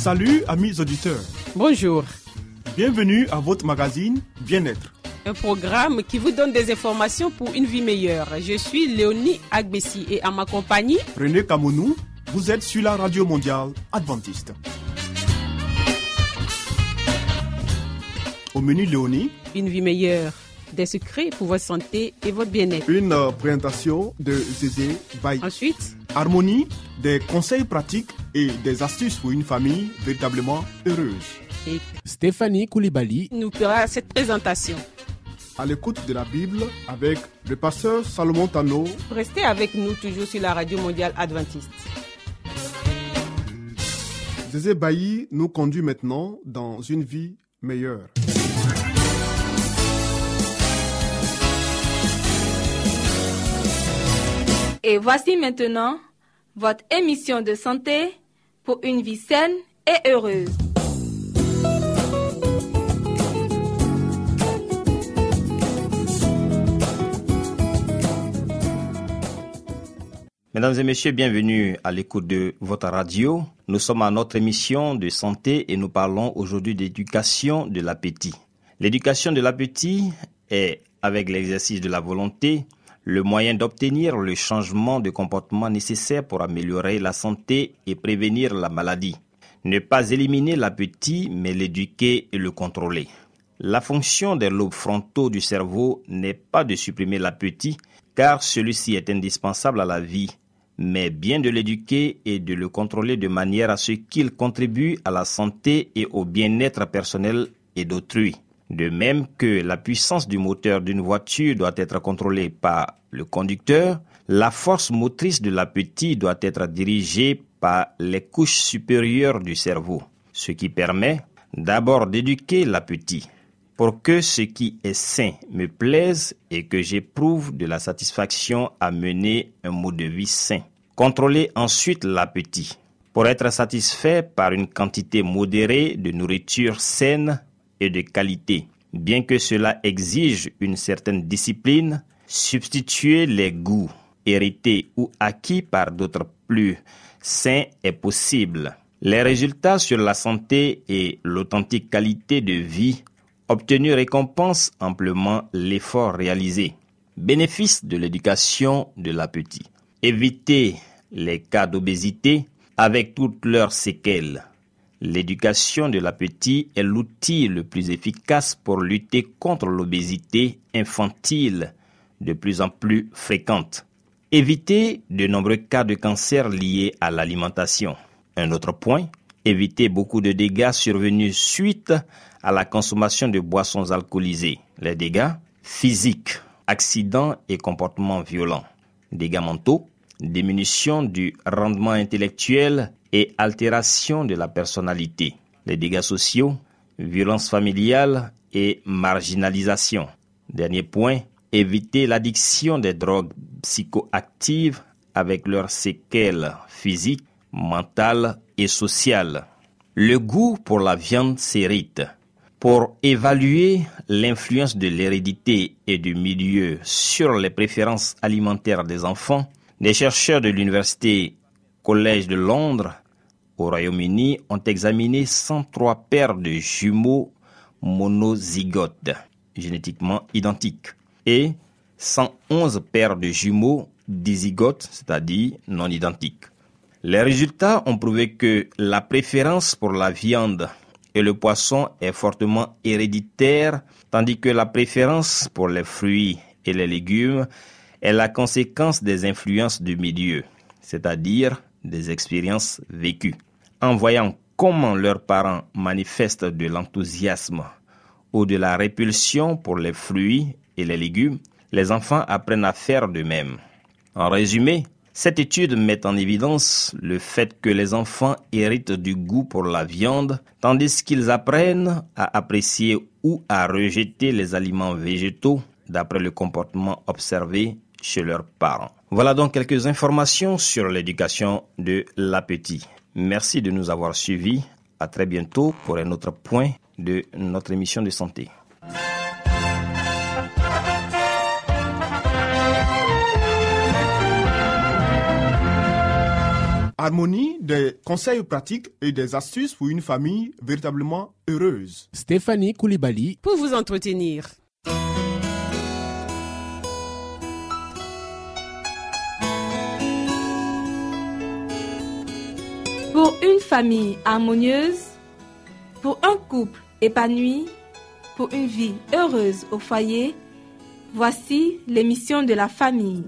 Salut amis auditeurs. Bonjour. Bienvenue à votre magazine Bien-être. Un programme qui vous donne des informations pour une vie meilleure. Je suis Léonie Agbessi et à ma compagnie, René Kamounou, vous êtes sur la radio mondiale adventiste. Au menu Léonie, une vie meilleure, des secrets pour votre santé et votre bien-être. Une présentation de Zézé Baye. Ensuite, Harmonie, des conseils pratiques et des astuces pour une famille véritablement heureuse. et Stéphanie Koulibaly nous fera cette présentation. À l'écoute de la Bible avec le pasteur Salomon Tano. Restez avec nous toujours sur la radio mondiale adventiste. Zézé Baye nous conduit maintenant dans une vie meilleure. Et voici maintenant votre émission de santé pour une vie saine et heureuse. Mesdames et messieurs, bienvenue à l'écoute de votre radio. Nous sommes à notre émission de santé et nous parlons aujourd'hui d'éducation de l'appétit. L'éducation de l'appétit est, avec l'exercice de la volonté, le moyen d'obtenir le changement de comportement nécessaire pour améliorer la santé et prévenir la maladie. Ne pas éliminer l'appétit, mais l'éduquer et le contrôler. La fonction des lobes frontaux du cerveau n'est pas de supprimer l'appétit, car celui-ci est indispensable à la vie, mais bien de l'éduquer et de le contrôler de manière à ce qu'il contribue à la santé et au bien-être personnel et d'autrui. De même que la puissance du moteur d'une voiture doit être contrôlée par le conducteur, la force motrice de l'appétit doit être dirigée par les couches supérieures du cerveau, ce qui permet d'abord d'éduquer l'appétit. Pour que ce qui est sain me plaise et que j'éprouve de la satisfaction à mener un mode de vie sain. Contrôler ensuite l'appétit. Pour être satisfait par une quantité modérée de nourriture saine et de qualité. Bien que cela exige une certaine discipline, substituer les goûts hérités ou acquis par d'autres plus sains est possible. Les résultats sur la santé et l'authentique qualité de vie obtenus récompensent amplement l'effort réalisé. Bénéfice de l'éducation de l'appétit. Éviter les cas d'obésité avec toutes leurs séquelles. L'éducation de l'appétit est l'outil le plus efficace pour lutter contre l'obésité infantile de plus en plus fréquente. Éviter de nombreux cas de cancer liés à l'alimentation. Un autre point, éviter beaucoup de dégâts survenus suite à la consommation de boissons alcoolisées. Les dégâts physiques, accidents et comportements violents. Dégâts mentaux, diminution du rendement intellectuel et altération de la personnalité. Les dégâts sociaux, violence familiale et marginalisation. Dernier point, éviter l'addiction des drogues psychoactives avec leurs séquelles physiques, mentales et sociales. Le goût pour la viande s'hérite. Pour évaluer l'influence de l'hérédité et du milieu sur les préférences alimentaires des enfants, des chercheurs de l'université Collège de Londres au Royaume-Uni ont examiné 103 paires de jumeaux monozygotes, génétiquement identiques, et 111 paires de jumeaux dizygotes, c'est-à-dire non identiques. Les résultats ont prouvé que la préférence pour la viande et le poisson est fortement héréditaire, tandis que la préférence pour les fruits et les légumes est la conséquence des influences du milieu, c'est-à-dire des expériences vécues. En voyant comment leurs parents manifestent de l'enthousiasme ou de la répulsion pour les fruits et les légumes, les enfants apprennent à faire de même. En résumé, cette étude met en évidence le fait que les enfants héritent du goût pour la viande, tandis qu'ils apprennent à apprécier ou à rejeter les aliments végétaux d'après le comportement observé chez leurs parents. Voilà donc quelques informations sur l'éducation de l'appétit. Merci de nous avoir suivis. À très bientôt pour un autre point de notre émission de santé. À Harmonie, des conseils pratiques et des astuces pour une famille véritablement heureuse. Stéphanie Koulibaly pour vous entretenir. Pour une famille harmonieuse, pour un couple épanoui, pour une vie heureuse au foyer, voici l'émission de la famille.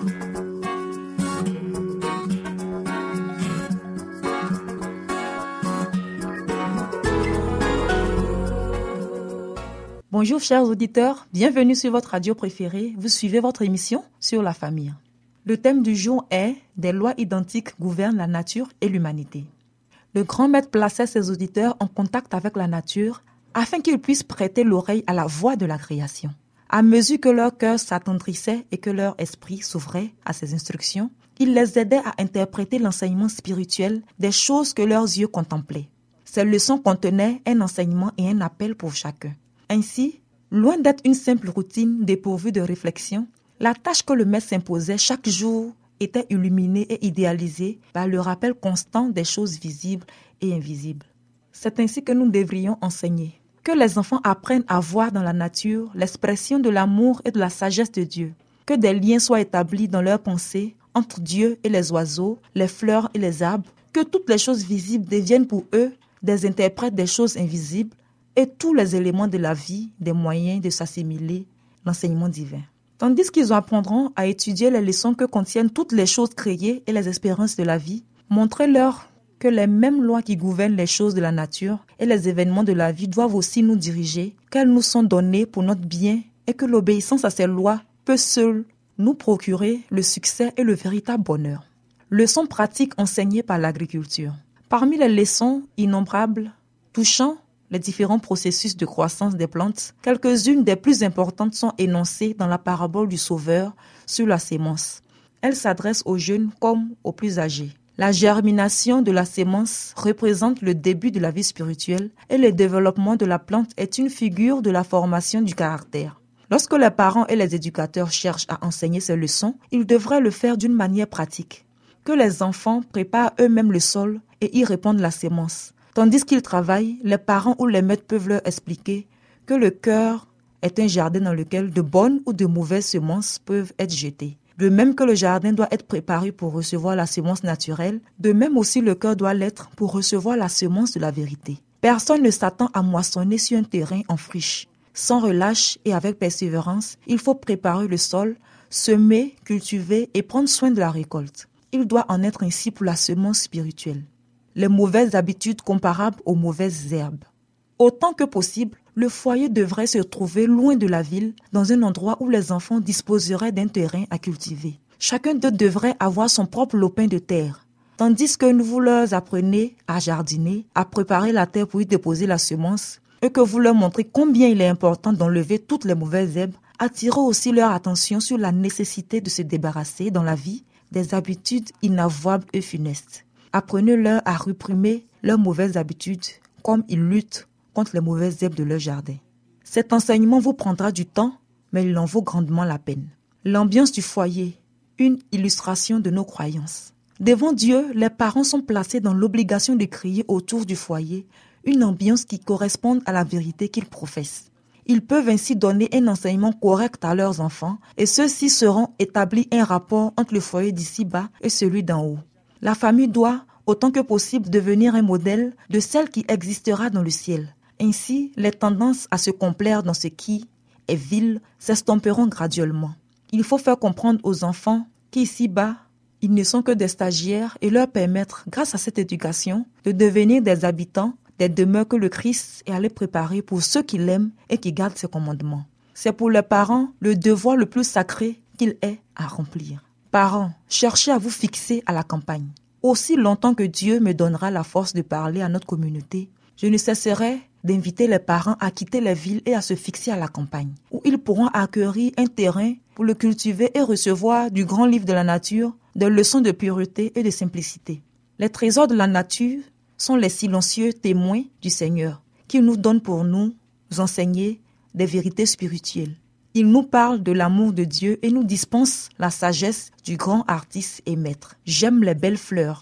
Bonjour chers auditeurs, bienvenue sur votre radio préférée. Vous suivez votre émission sur la famille. Le thème du jour est « Des lois identiques gouvernent la nature et l'humanité ». Le grand maître plaçait ses auditeurs en contact avec la nature afin qu'ils puissent prêter l'oreille à la voix de la création. À mesure que leur cœur s'attendrissait et que leur esprit s'ouvrait à ses instructions, il les aidait à interpréter l'enseignement spirituel des choses que leurs yeux contemplaient. Ces leçons contenaient un enseignement et un appel pour chacun. Ainsi, loin d'être une simple routine dépourvue de réflexion, la tâche que le maître s'imposait chaque jour était illuminée et idéalisée par le rappel constant des choses visibles et invisibles. C'est ainsi que nous devrions enseigner. Que les enfants apprennent à voir dans la nature l'expression de l'amour et de la sagesse de Dieu. Que des liens soient établis dans leurs pensées entre Dieu et les oiseaux, les fleurs et les arbres. Que toutes les choses visibles deviennent pour eux des interprètes des choses invisibles et tous les éléments de la vie, des moyens de s'assimiler l'enseignement divin. Tandis qu'ils apprendront à étudier les leçons que contiennent toutes les choses créées et les expériences de la vie, montrez-leur que les mêmes lois qui gouvernent les choses de la nature et les événements de la vie doivent aussi nous diriger, qu'elles nous sont données pour notre bien et que l'obéissance à ces lois peut seule nous procurer le succès et le véritable bonheur. Leçons pratiques enseignées par l'agriculture. Parmi les leçons innombrables touchant les différents processus de croissance des plantes, quelques-unes des plus importantes sont énoncées dans la parabole du Sauveur sur la sémence. Elle s'adresse aux jeunes comme aux plus âgés. La germination de la sémence représente le début de la vie spirituelle et le développement de la plante est une figure de la formation du caractère. Lorsque les parents et les éducateurs cherchent à enseigner ces leçons, ils devraient le faire d'une manière pratique. Que les enfants préparent eux-mêmes le sol et y répandent la sémence. Tandis qu'ils travaillent, les parents ou les maîtres peuvent leur expliquer que le cœur est un jardin dans lequel de bonnes ou de mauvaises semences peuvent être jetées. De même que le jardin doit être préparé pour recevoir la semence naturelle, de même aussi le cœur doit l'être pour recevoir la semence de la vérité. Personne ne s'attend à moissonner sur un terrain en friche. Sans relâche et avec persévérance, il faut préparer le sol, semer, cultiver et prendre soin de la récolte. Il doit en être ainsi pour la semence spirituelle. Les mauvaises habitudes comparables aux mauvaises herbes. Autant que possible, le foyer devrait se trouver loin de la ville, dans un endroit où les enfants disposeraient d'un terrain à cultiver. Chacun d'eux devrait avoir son propre lopin de terre. Tandis que vous leur apprenez à jardiner, à préparer la terre pour y déposer la semence, et que vous leur montrez combien il est important d'enlever toutes les mauvaises herbes, attirez aussi leur attention sur la nécessité de se débarrasser dans la vie des habitudes inavouables et funestes. Apprenez-leur à réprimer leurs mauvaises habitudes comme ils luttent contre les mauvaises herbes de leur jardin. Cet enseignement vous prendra du temps, mais il en vaut grandement la peine. L'ambiance du foyer, une illustration de nos croyances. Devant Dieu, les parents sont placés dans l'obligation de créer autour du foyer une ambiance qui corresponde à la vérité qu'ils professent. Ils peuvent ainsi donner un enseignement correct à leurs enfants et ceux-ci seront établis un rapport entre le foyer d'ici-bas et celui d'en haut. La famille doit, autant que possible, devenir un modèle de celle qui existera dans le ciel. Ainsi, les tendances à se complaire dans ce qui est vil s'estomperont graduellement. Il faut faire comprendre aux enfants qu'ici-bas, ils ne sont que des stagiaires et leur permettre, grâce à cette éducation, de devenir des habitants des demeures que le Christ est allé préparer pour ceux qui l'aiment et qui gardent ses commandements. C'est pour les parents le devoir le plus sacré qu'il ait à remplir. Parents, cherchez à vous fixer à la campagne. Aussi longtemps que Dieu me donnera la force de parler à notre communauté, je ne cesserai d'inviter les parents à quitter les villes et à se fixer à la campagne, où ils pourront acquérir un terrain pour le cultiver et recevoir du grand livre de la nature des leçons de pureté et de simplicité. Les trésors de la nature sont les silencieux témoins du Seigneur, qui nous donnent pour nous enseigner des vérités spirituelles. Il nous parle de l'amour de Dieu et nous dispense la sagesse du grand artiste et maître. J'aime les belles fleurs,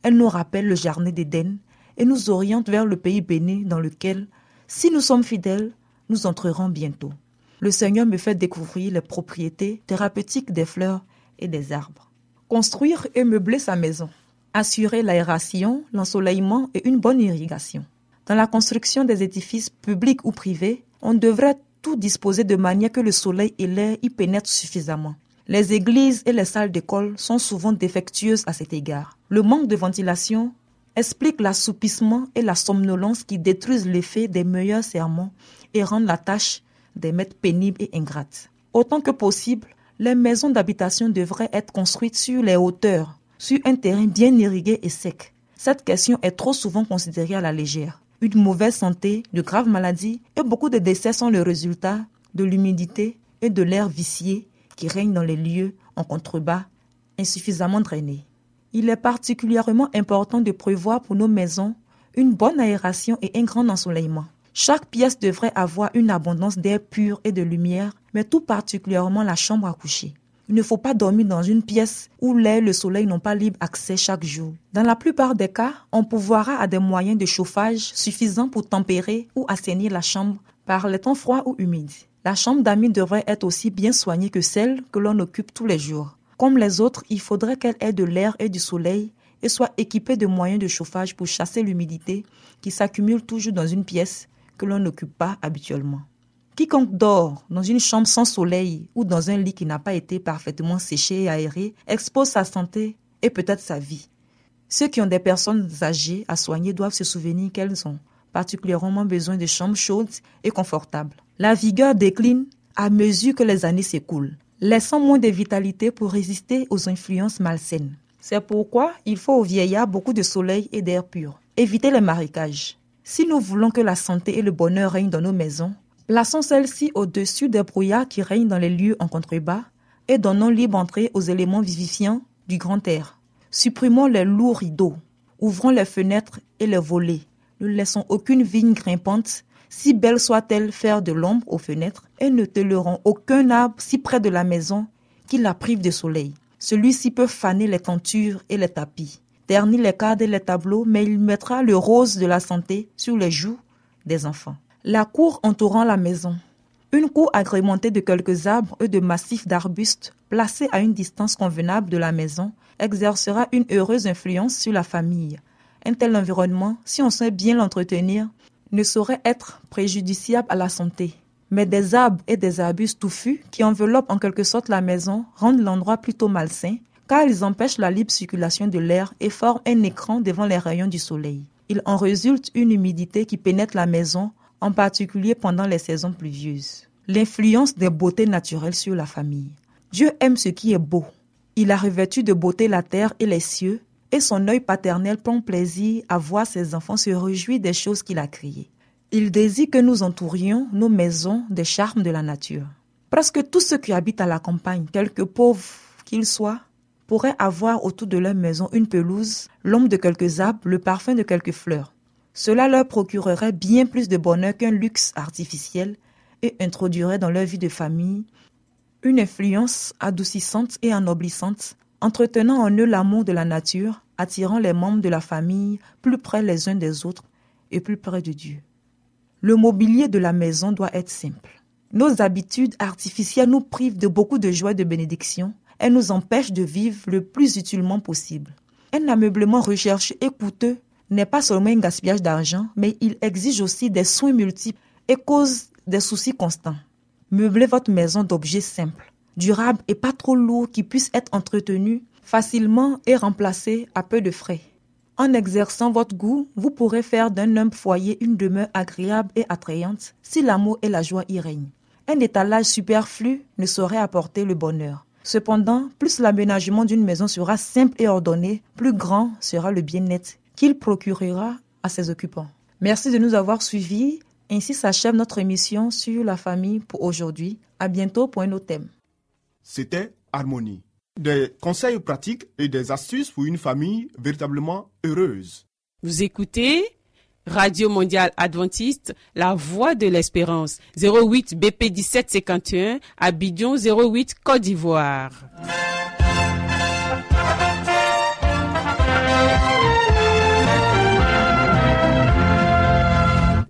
Elle nous rappelle le jardin d'Éden et nous oriente vers le pays béni dans lequel, si nous sommes fidèles, nous entrerons bientôt. Le Seigneur me fait découvrir les propriétés thérapeutiques des fleurs et des arbres. Construire et meubler sa maison. Assurer l'aération, l'ensoleillement et une bonne irrigation. Dans la construction des édifices publics ou privés, on devrait tout disposer de manière que le soleil et l'air y pénètrent suffisamment. Les églises et les salles d'école sont souvent défectueuses à cet égard. Le manque de ventilation explique l'assoupissement et la somnolence qui détruisent l'effet des meilleurs sermons et rendent la tâche des maîtres pénibles et ingrates. Autant que possible, les maisons d'habitation devraient être construites sur les hauteurs, sur un terrain bien irrigué et sec. Cette question est trop souvent considérée à la légère. Une mauvaise santé, de graves maladies et beaucoup de décès sont le résultat de l'humidité et de l'air vicié qui règne dans les lieux en contrebas insuffisamment drainés. Il est particulièrement important de prévoir pour nos maisons une bonne aération et un grand ensoleillement. Chaque pièce devrait avoir une abondance d'air pur et de lumière, mais tout particulièrement la chambre à coucher. Il ne faut pas dormir dans une pièce où l'air et le soleil n'ont pas libre accès chaque jour. Dans la plupart des cas, on pourvoira à des moyens de chauffage suffisants pour tempérer ou assainir la chambre par les temps froids ou humides. La chambre d'amis devrait être aussi bien soignée que celle que l'on occupe tous les jours. Comme les autres, il faudrait qu'elle ait de l'air et du soleil et soit équipée de moyens de chauffage pour chasser l'humidité qui s'accumule toujours dans une pièce que l'on n'occupe pas habituellement. Quiconque dort dans une chambre sans soleil ou dans un lit qui n'a pas été parfaitement séché et aéré expose sa santé et peut-être sa vie. Ceux qui ont des personnes âgées à soigner doivent se souvenir qu'elles ont particulièrement besoin de chambres chaudes et confortables. La vigueur décline à mesure que les années s'écoulent, laissant moins de vitalité pour résister aux influences malsaines. C'est pourquoi il faut aux vieillards beaucoup de soleil et d'air pur. Évitez les marécages. Si nous voulons que la santé et le bonheur règnent dans nos maisons, plaçons celles-ci au-dessus des brouillards qui règnent dans les lieux en contrebas et donnons libre entrée aux éléments vivifiants du grand air. Supprimons les lourds rideaux, ouvrons les fenêtres et les volets. Ne laissons aucune vigne grimpante, si belle soit-elle, faire de l'ombre aux fenêtres et ne tolérons aucun arbre si près de la maison qui la prive de soleil. Celui-ci peut faner les tentures et les tapis, ternir les cadres et les tableaux, mais il mettra le rose de la santé sur les joues des enfants. La cour entourant la maison. Une cour agrémentée de quelques arbres et de massifs d'arbustes placés à une distance convenable de la maison exercera une heureuse influence sur la famille. Un tel environnement, si on sait bien l'entretenir, ne saurait être préjudiciable à la santé. Mais des arbres et des arbustes touffus qui enveloppent en quelque sorte la maison rendent l'endroit plutôt malsain car ils empêchent la libre circulation de l'air et forment un écran devant les rayons du soleil. Il en résulte une humidité qui pénètre la maison, en particulier pendant les saisons pluvieuses. L'influence des beautés naturelles sur la famille. Dieu aime ce qui est beau. Il a revêtu de beauté la terre et les cieux, et son œil paternel prend plaisir à voir ses enfants se réjouir des choses qu'il a créées. Il désire que nous entourions nos maisons des charmes de la nature. Presque tous ceux qui habitent à la campagne, quelque pauvres qu'ils soient, pourraient avoir autour de leur maison une pelouse, l'ombre de quelques arbres, le parfum de quelques fleurs. Cela leur procurerait bien plus de bonheur qu'un luxe artificiel et introduirait dans leur vie de famille une influence adoucissante et ennoblissante, entretenant en eux l'amour de la nature, attirant les membres de la famille plus près les uns des autres et plus près de Dieu. Le mobilier de la maison doit être simple. Nos habitudes artificielles nous privent de beaucoup de joie et de bénédiction. Elles nous empêchent de vivre le plus utilement possible. Un ameublement recherché et coûteux n'est pas seulement un gaspillage d'argent, mais il exige aussi des soins multiples et cause des soucis constants. Meublez votre maison d'objets simples, durables et pas trop lourds qui puissent être entretenus facilement et remplacés à peu de frais. En exerçant votre goût, vous pourrez faire d'un humble foyer une demeure agréable et attrayante si l'amour et la joie y règnent. Un étalage superflu ne saurait apporter le bonheur. Cependant, plus l'aménagement d'une maison sera simple et ordonné, plus grand sera le bien-être qu'il procurera à ses occupants. Merci de nous avoir suivis. Ainsi s'achève notre émission sur la famille pour aujourd'hui. À bientôt pour un autre thème. C'était Harmonie. Des conseils pratiques et des astuces pour une famille véritablement heureuse. Vous écoutez Radio Mondiale Adventiste, la voix de l'espérance, 08 BP 1751, Abidjan 08, Côte d'Ivoire.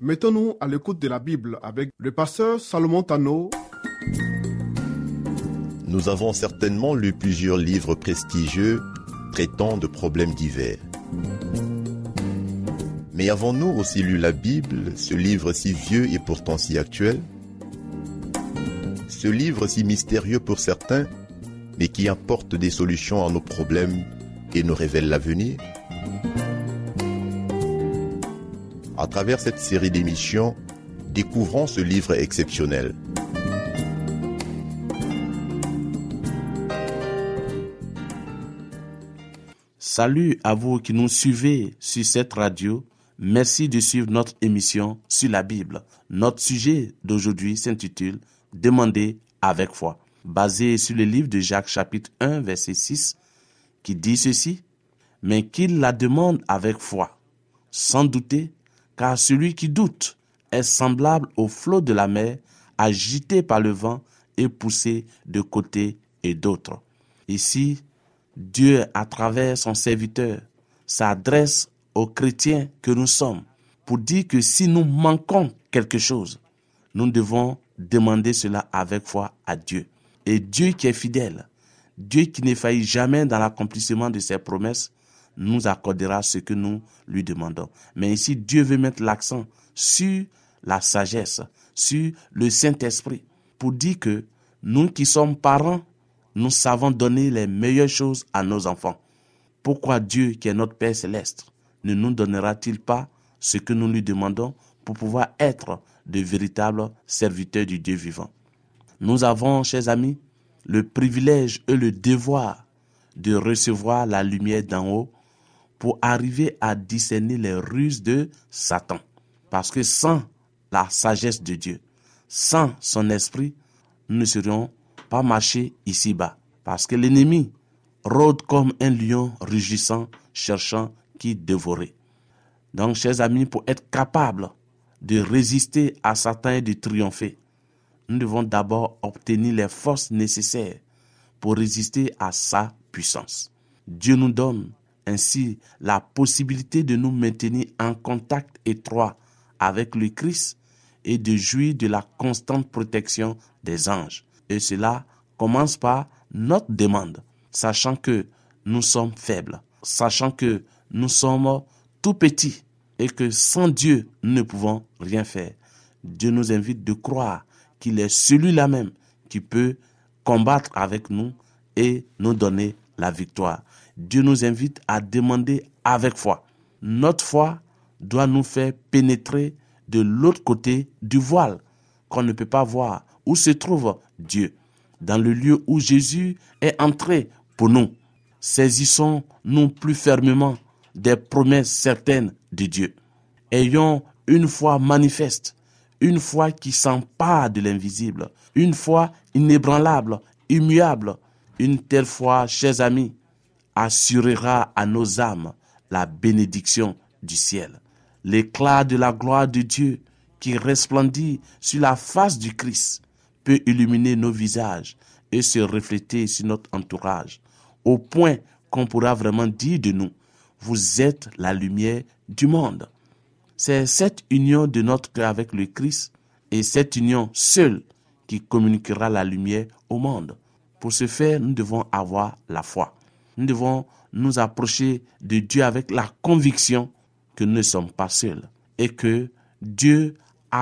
Mettons-nous à l'écoute de la Bible avec le pasteur Salomon Tano. Nous avons certainement lu plusieurs livres prestigieux traitant de problèmes divers. Mais avons-nous aussi lu la Bible, ce livre si vieux et pourtant si actuel? Ce livre si mystérieux pour certains, mais qui apporte des solutions à nos problèmes et nous révèle l'avenir? À travers cette série d'émissions, découvrons ce livre exceptionnel. Salut à vous qui nous suivez sur cette radio. Merci de suivre notre émission sur la Bible. Notre sujet d'aujourd'hui s'intitule « Demandez avec foi », basé sur le livre de Jacques chapitre 1 verset 6 qui dit ceci: « Mais qu'il la demande avec foi, sans douter, car celui qui doute est semblable au flot de la mer, agité par le vent et poussé de côté et d'autre. » Ici, Dieu, à travers son serviteur, s'adresse aux chrétiens que nous sommes pour dire que si nous manquons quelque chose, nous devons demander cela avec foi à Dieu. Et Dieu qui est fidèle, Dieu qui ne faillit jamais dans l'accomplissement de ses promesses, nous accordera ce que nous lui demandons. Mais ici, Dieu veut mettre l'accent sur la sagesse, sur le Saint-Esprit, pour dire que nous qui sommes parents, nous savons donner les meilleures choses à nos enfants. Pourquoi Dieu, qui est notre Père céleste, ne nous donnera-t-il pas ce que nous lui demandons pour pouvoir être de véritables serviteurs du Dieu vivant? Nous avons, chers amis, le privilège et le devoir de recevoir la lumière d'en haut pour arriver à discerner les ruses de Satan. Parce que sans la sagesse de Dieu, sans son esprit, nous ne serions pas marcher ici-bas. Parce que l'ennemi rôde comme un lion rugissant, cherchant qui dévorer. Donc, chers amis, pour être capables de résister à Satan et de triompher, nous devons d'abord obtenir les forces nécessaires pour résister à sa puissance. Dieu nous donne ainsi la possibilité de nous maintenir en contact étroit avec le Christ et de jouir de la constante protection des anges. Et cela commence par notre demande, sachant que nous sommes faibles, sachant que nous sommes tout petits et que sans Dieu, nous ne pouvons rien faire. Dieu nous invite de croire qu'il est celui-là même qui peut combattre avec nous et nous donner la victoire. Dieu nous invite à demander avec foi. Notre foi doit nous faire pénétrer de l'autre côté du voile qu'on ne peut pas voir, où se trouve Dieu, dans le lieu où Jésus est entré pour nous. Saisissons-nous plus fermement des promesses certaines de Dieu. Ayons une foi manifeste, une foi qui s'empare de l'invisible, une foi inébranlable, immuable. Une telle foi, chers amis, assurera à nos âmes la bénédiction du ciel. L'éclat de la gloire de Dieu qui resplendit sur la face du Christ peut illuminer nos visages et se refléter sur notre entourage, au point qu'on pourra vraiment dire de nous: vous êtes la lumière du monde. C'est cette union de notre cœur avec le Christ et cette union seule qui communiquera la lumière au monde. Pour ce faire, nous devons avoir la foi. Nous devons nous approcher de Dieu avec la conviction que nous ne sommes pas seuls et que Dieu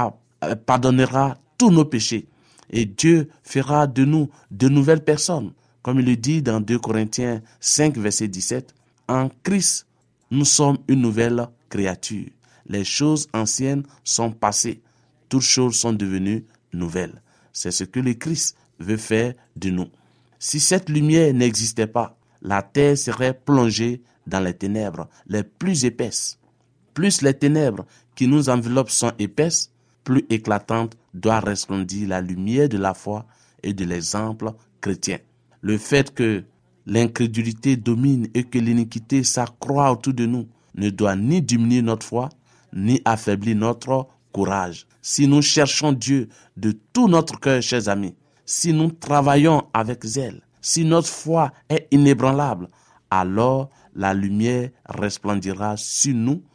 pardonnera tous nos péchés et Dieu fera de nous de nouvelles personnes. Comme il le dit dans 2 Corinthiens 5, verset 17, « En Christ, nous sommes une nouvelle créature. Les choses anciennes sont passées. Toutes choses sont devenues nouvelles. » C'est ce que le Christ veut faire de nous. Si cette lumière n'existait pas, la terre serait plongée dans les ténèbres les plus épaisses. Plus les ténèbres qui nous enveloppent sont épaisses, plus éclatante doit resplendir la lumière de la foi et de l'exemple chrétien. Le fait que l'incrédulité domine et que l'iniquité s'accroît autour de nous ne doit ni diminuer notre foi, ni affaiblir notre courage. Si nous cherchons Dieu de tout notre cœur, chers amis, si nous travaillons avec zèle, si notre foi est inébranlable, alors la lumière resplendira sur nous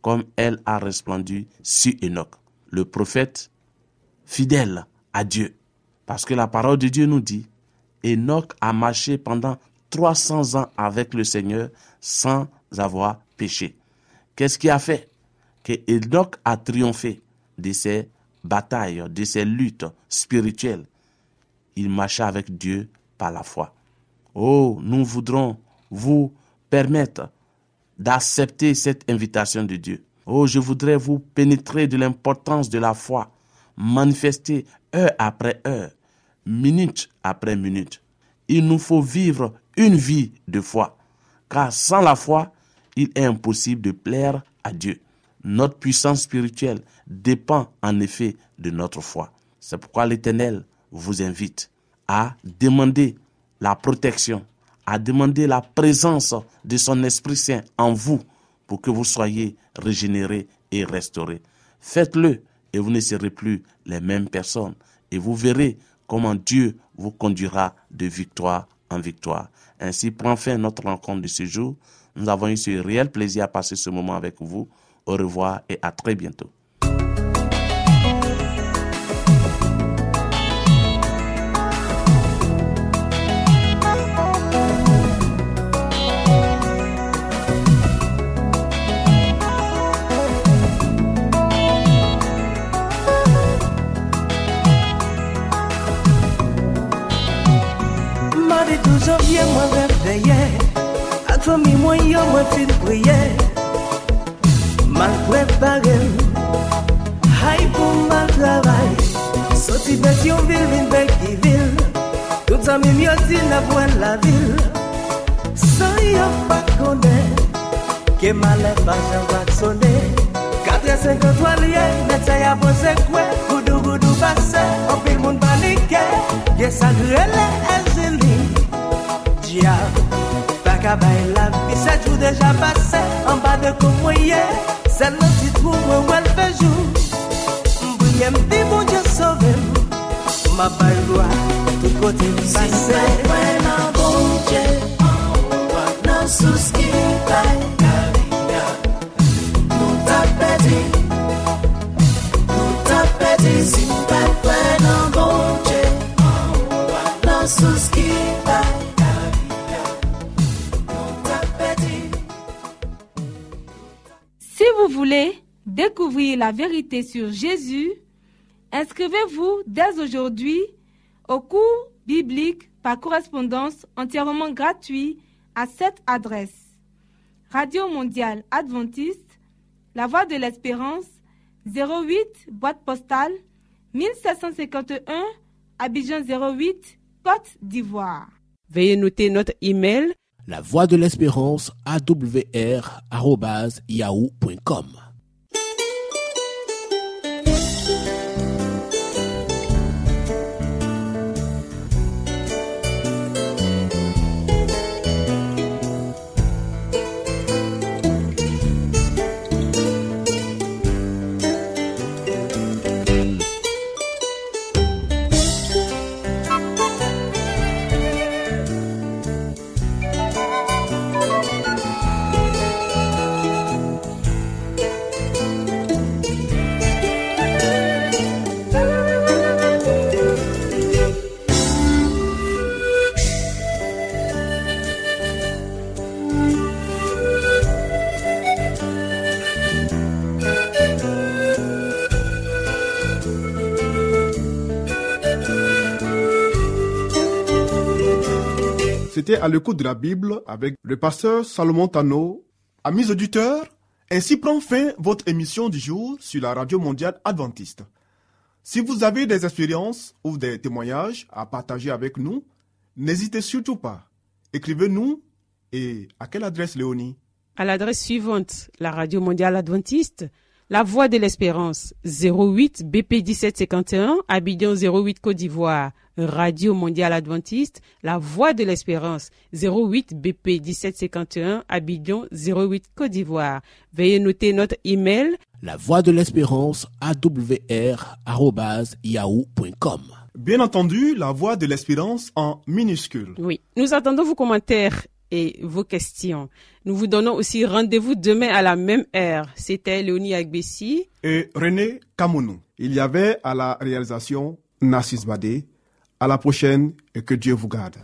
comme elle a resplendu sur Enoch, le prophète fidèle à Dieu. Parce que la parole de Dieu nous dit, Enoch a marché pendant 300 ans avec le Seigneur sans avoir péché. Qu'est-ce qui a fait que Enoch a triomphé de ses batailles, de ses luttes spirituelles? Il marcha avec Dieu par la foi. Oh, nous voudrons vous permettre d'accepter cette invitation de Dieu. Oh, je voudrais vous pénétrer de l'importance de la foi, manifester heure après heure, minute après minute. Il nous faut vivre une vie de foi, car sans la foi, il est impossible de plaire à Dieu. Notre puissance spirituelle dépend en effet de notre foi. C'est pourquoi l'Éternel vous invite à demander la protection, à demander la présence de son Esprit Saint en vous pour que vous soyez régénérés et restaurés. Faites-le et vous ne serez plus les mêmes personnes. Et vous verrez comment Dieu vous conduira de victoire en victoire. Ainsi prend fin notre rencontre de ce jour. Nous avons eu ce réel plaisir à passer ce moment avec vous. Au revoir et à très bientôt. Janvier, moi réveillé, à famille, moi, moi, fin prière. Mal préparé, aïe pour mal travail. Sorti Pétionville, vin Pékiville. Tout ça, même y'a dit la voie de la ville. Sans y'a pas connaître, que mal est pas, j'en va sonner. 450 liés, mais ça y a posé quoi? Goudou passé, en pile monde paniqué. Y'a ça grêlé, Angélique. Pas qu'à bailler la vie, 7 jours déjà passé, en bas de commoyer, c'est le petit trou où elle fait jour. M'bouille m'di bon Dieu sauve, ma baille loi, tout côté passé. Si c'est vraiment bon Dieu, non sous ce qui baille, nous t'a pédi, si c'est vraiment bon Dieu, non sous ce qui baille. Si vous voulez découvrir la vérité sur Jésus, inscrivez-vous dès aujourd'hui au cours biblique par correspondance entièrement gratuit à cette adresse. Radio Mondiale Adventiste, La Voix de l'Espérance, 08 boîte postale 1751 Abidjan 08, Côte d'Ivoire. Veuillez noter notre email La Voix de l'Espérance awr@yahoo.com. C'était à l'écoute de la Bible avec le pasteur Salomon Tano. Amis auditeurs, ainsi prend fin votre émission du jour sur la Radio Mondiale Adventiste. Si vous avez des expériences ou des témoignages à partager avec nous, n'hésitez surtout pas. Écrivez-nous et à quelle adresse, Léonie? À l'adresse suivante, la Radio Mondiale Adventiste, La Voix de l'Espérance, 08 BP 1751, Abidjan 08 Côte d'Ivoire. Radio Mondiale Adventiste, La Voix de l'Espérance, 08 BP 1751, Abidjan 08 Côte d'Ivoire. Veuillez noter notre email La Voix de l'Espérance awr@yahoo.com. Bien entendu, La Voix de l'Espérance en minuscule. Oui, nous attendons vos commentaires et vos questions. Nous vous donnons aussi rendez-vous demain à la même heure. C'était Léonie Agbessi et René Kamounou. Il y avait à la réalisation Narcisse Badé. À la prochaine et que Dieu vous garde.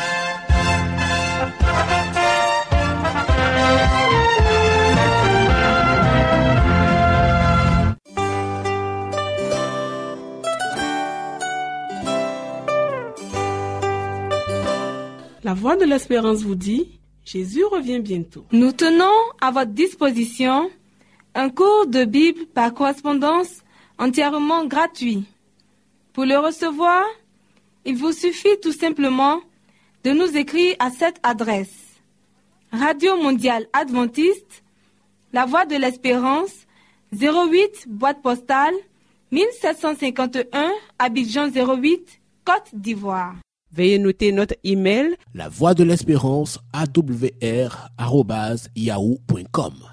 La Voix de l'Espérance vous dit, Jésus revient bientôt. Nous tenons à votre disposition un cours de Bible par correspondance entièrement gratuit. Pour le recevoir, il vous suffit tout simplement de nous écrire à cette adresse. Radio Mondiale Adventiste, La Voix de l'Espérance, 08 boîte postale 1751 Abidjan 08, Côte d'Ivoire. Veuillez noter notre email lavoixdelespérance@yahoo.com.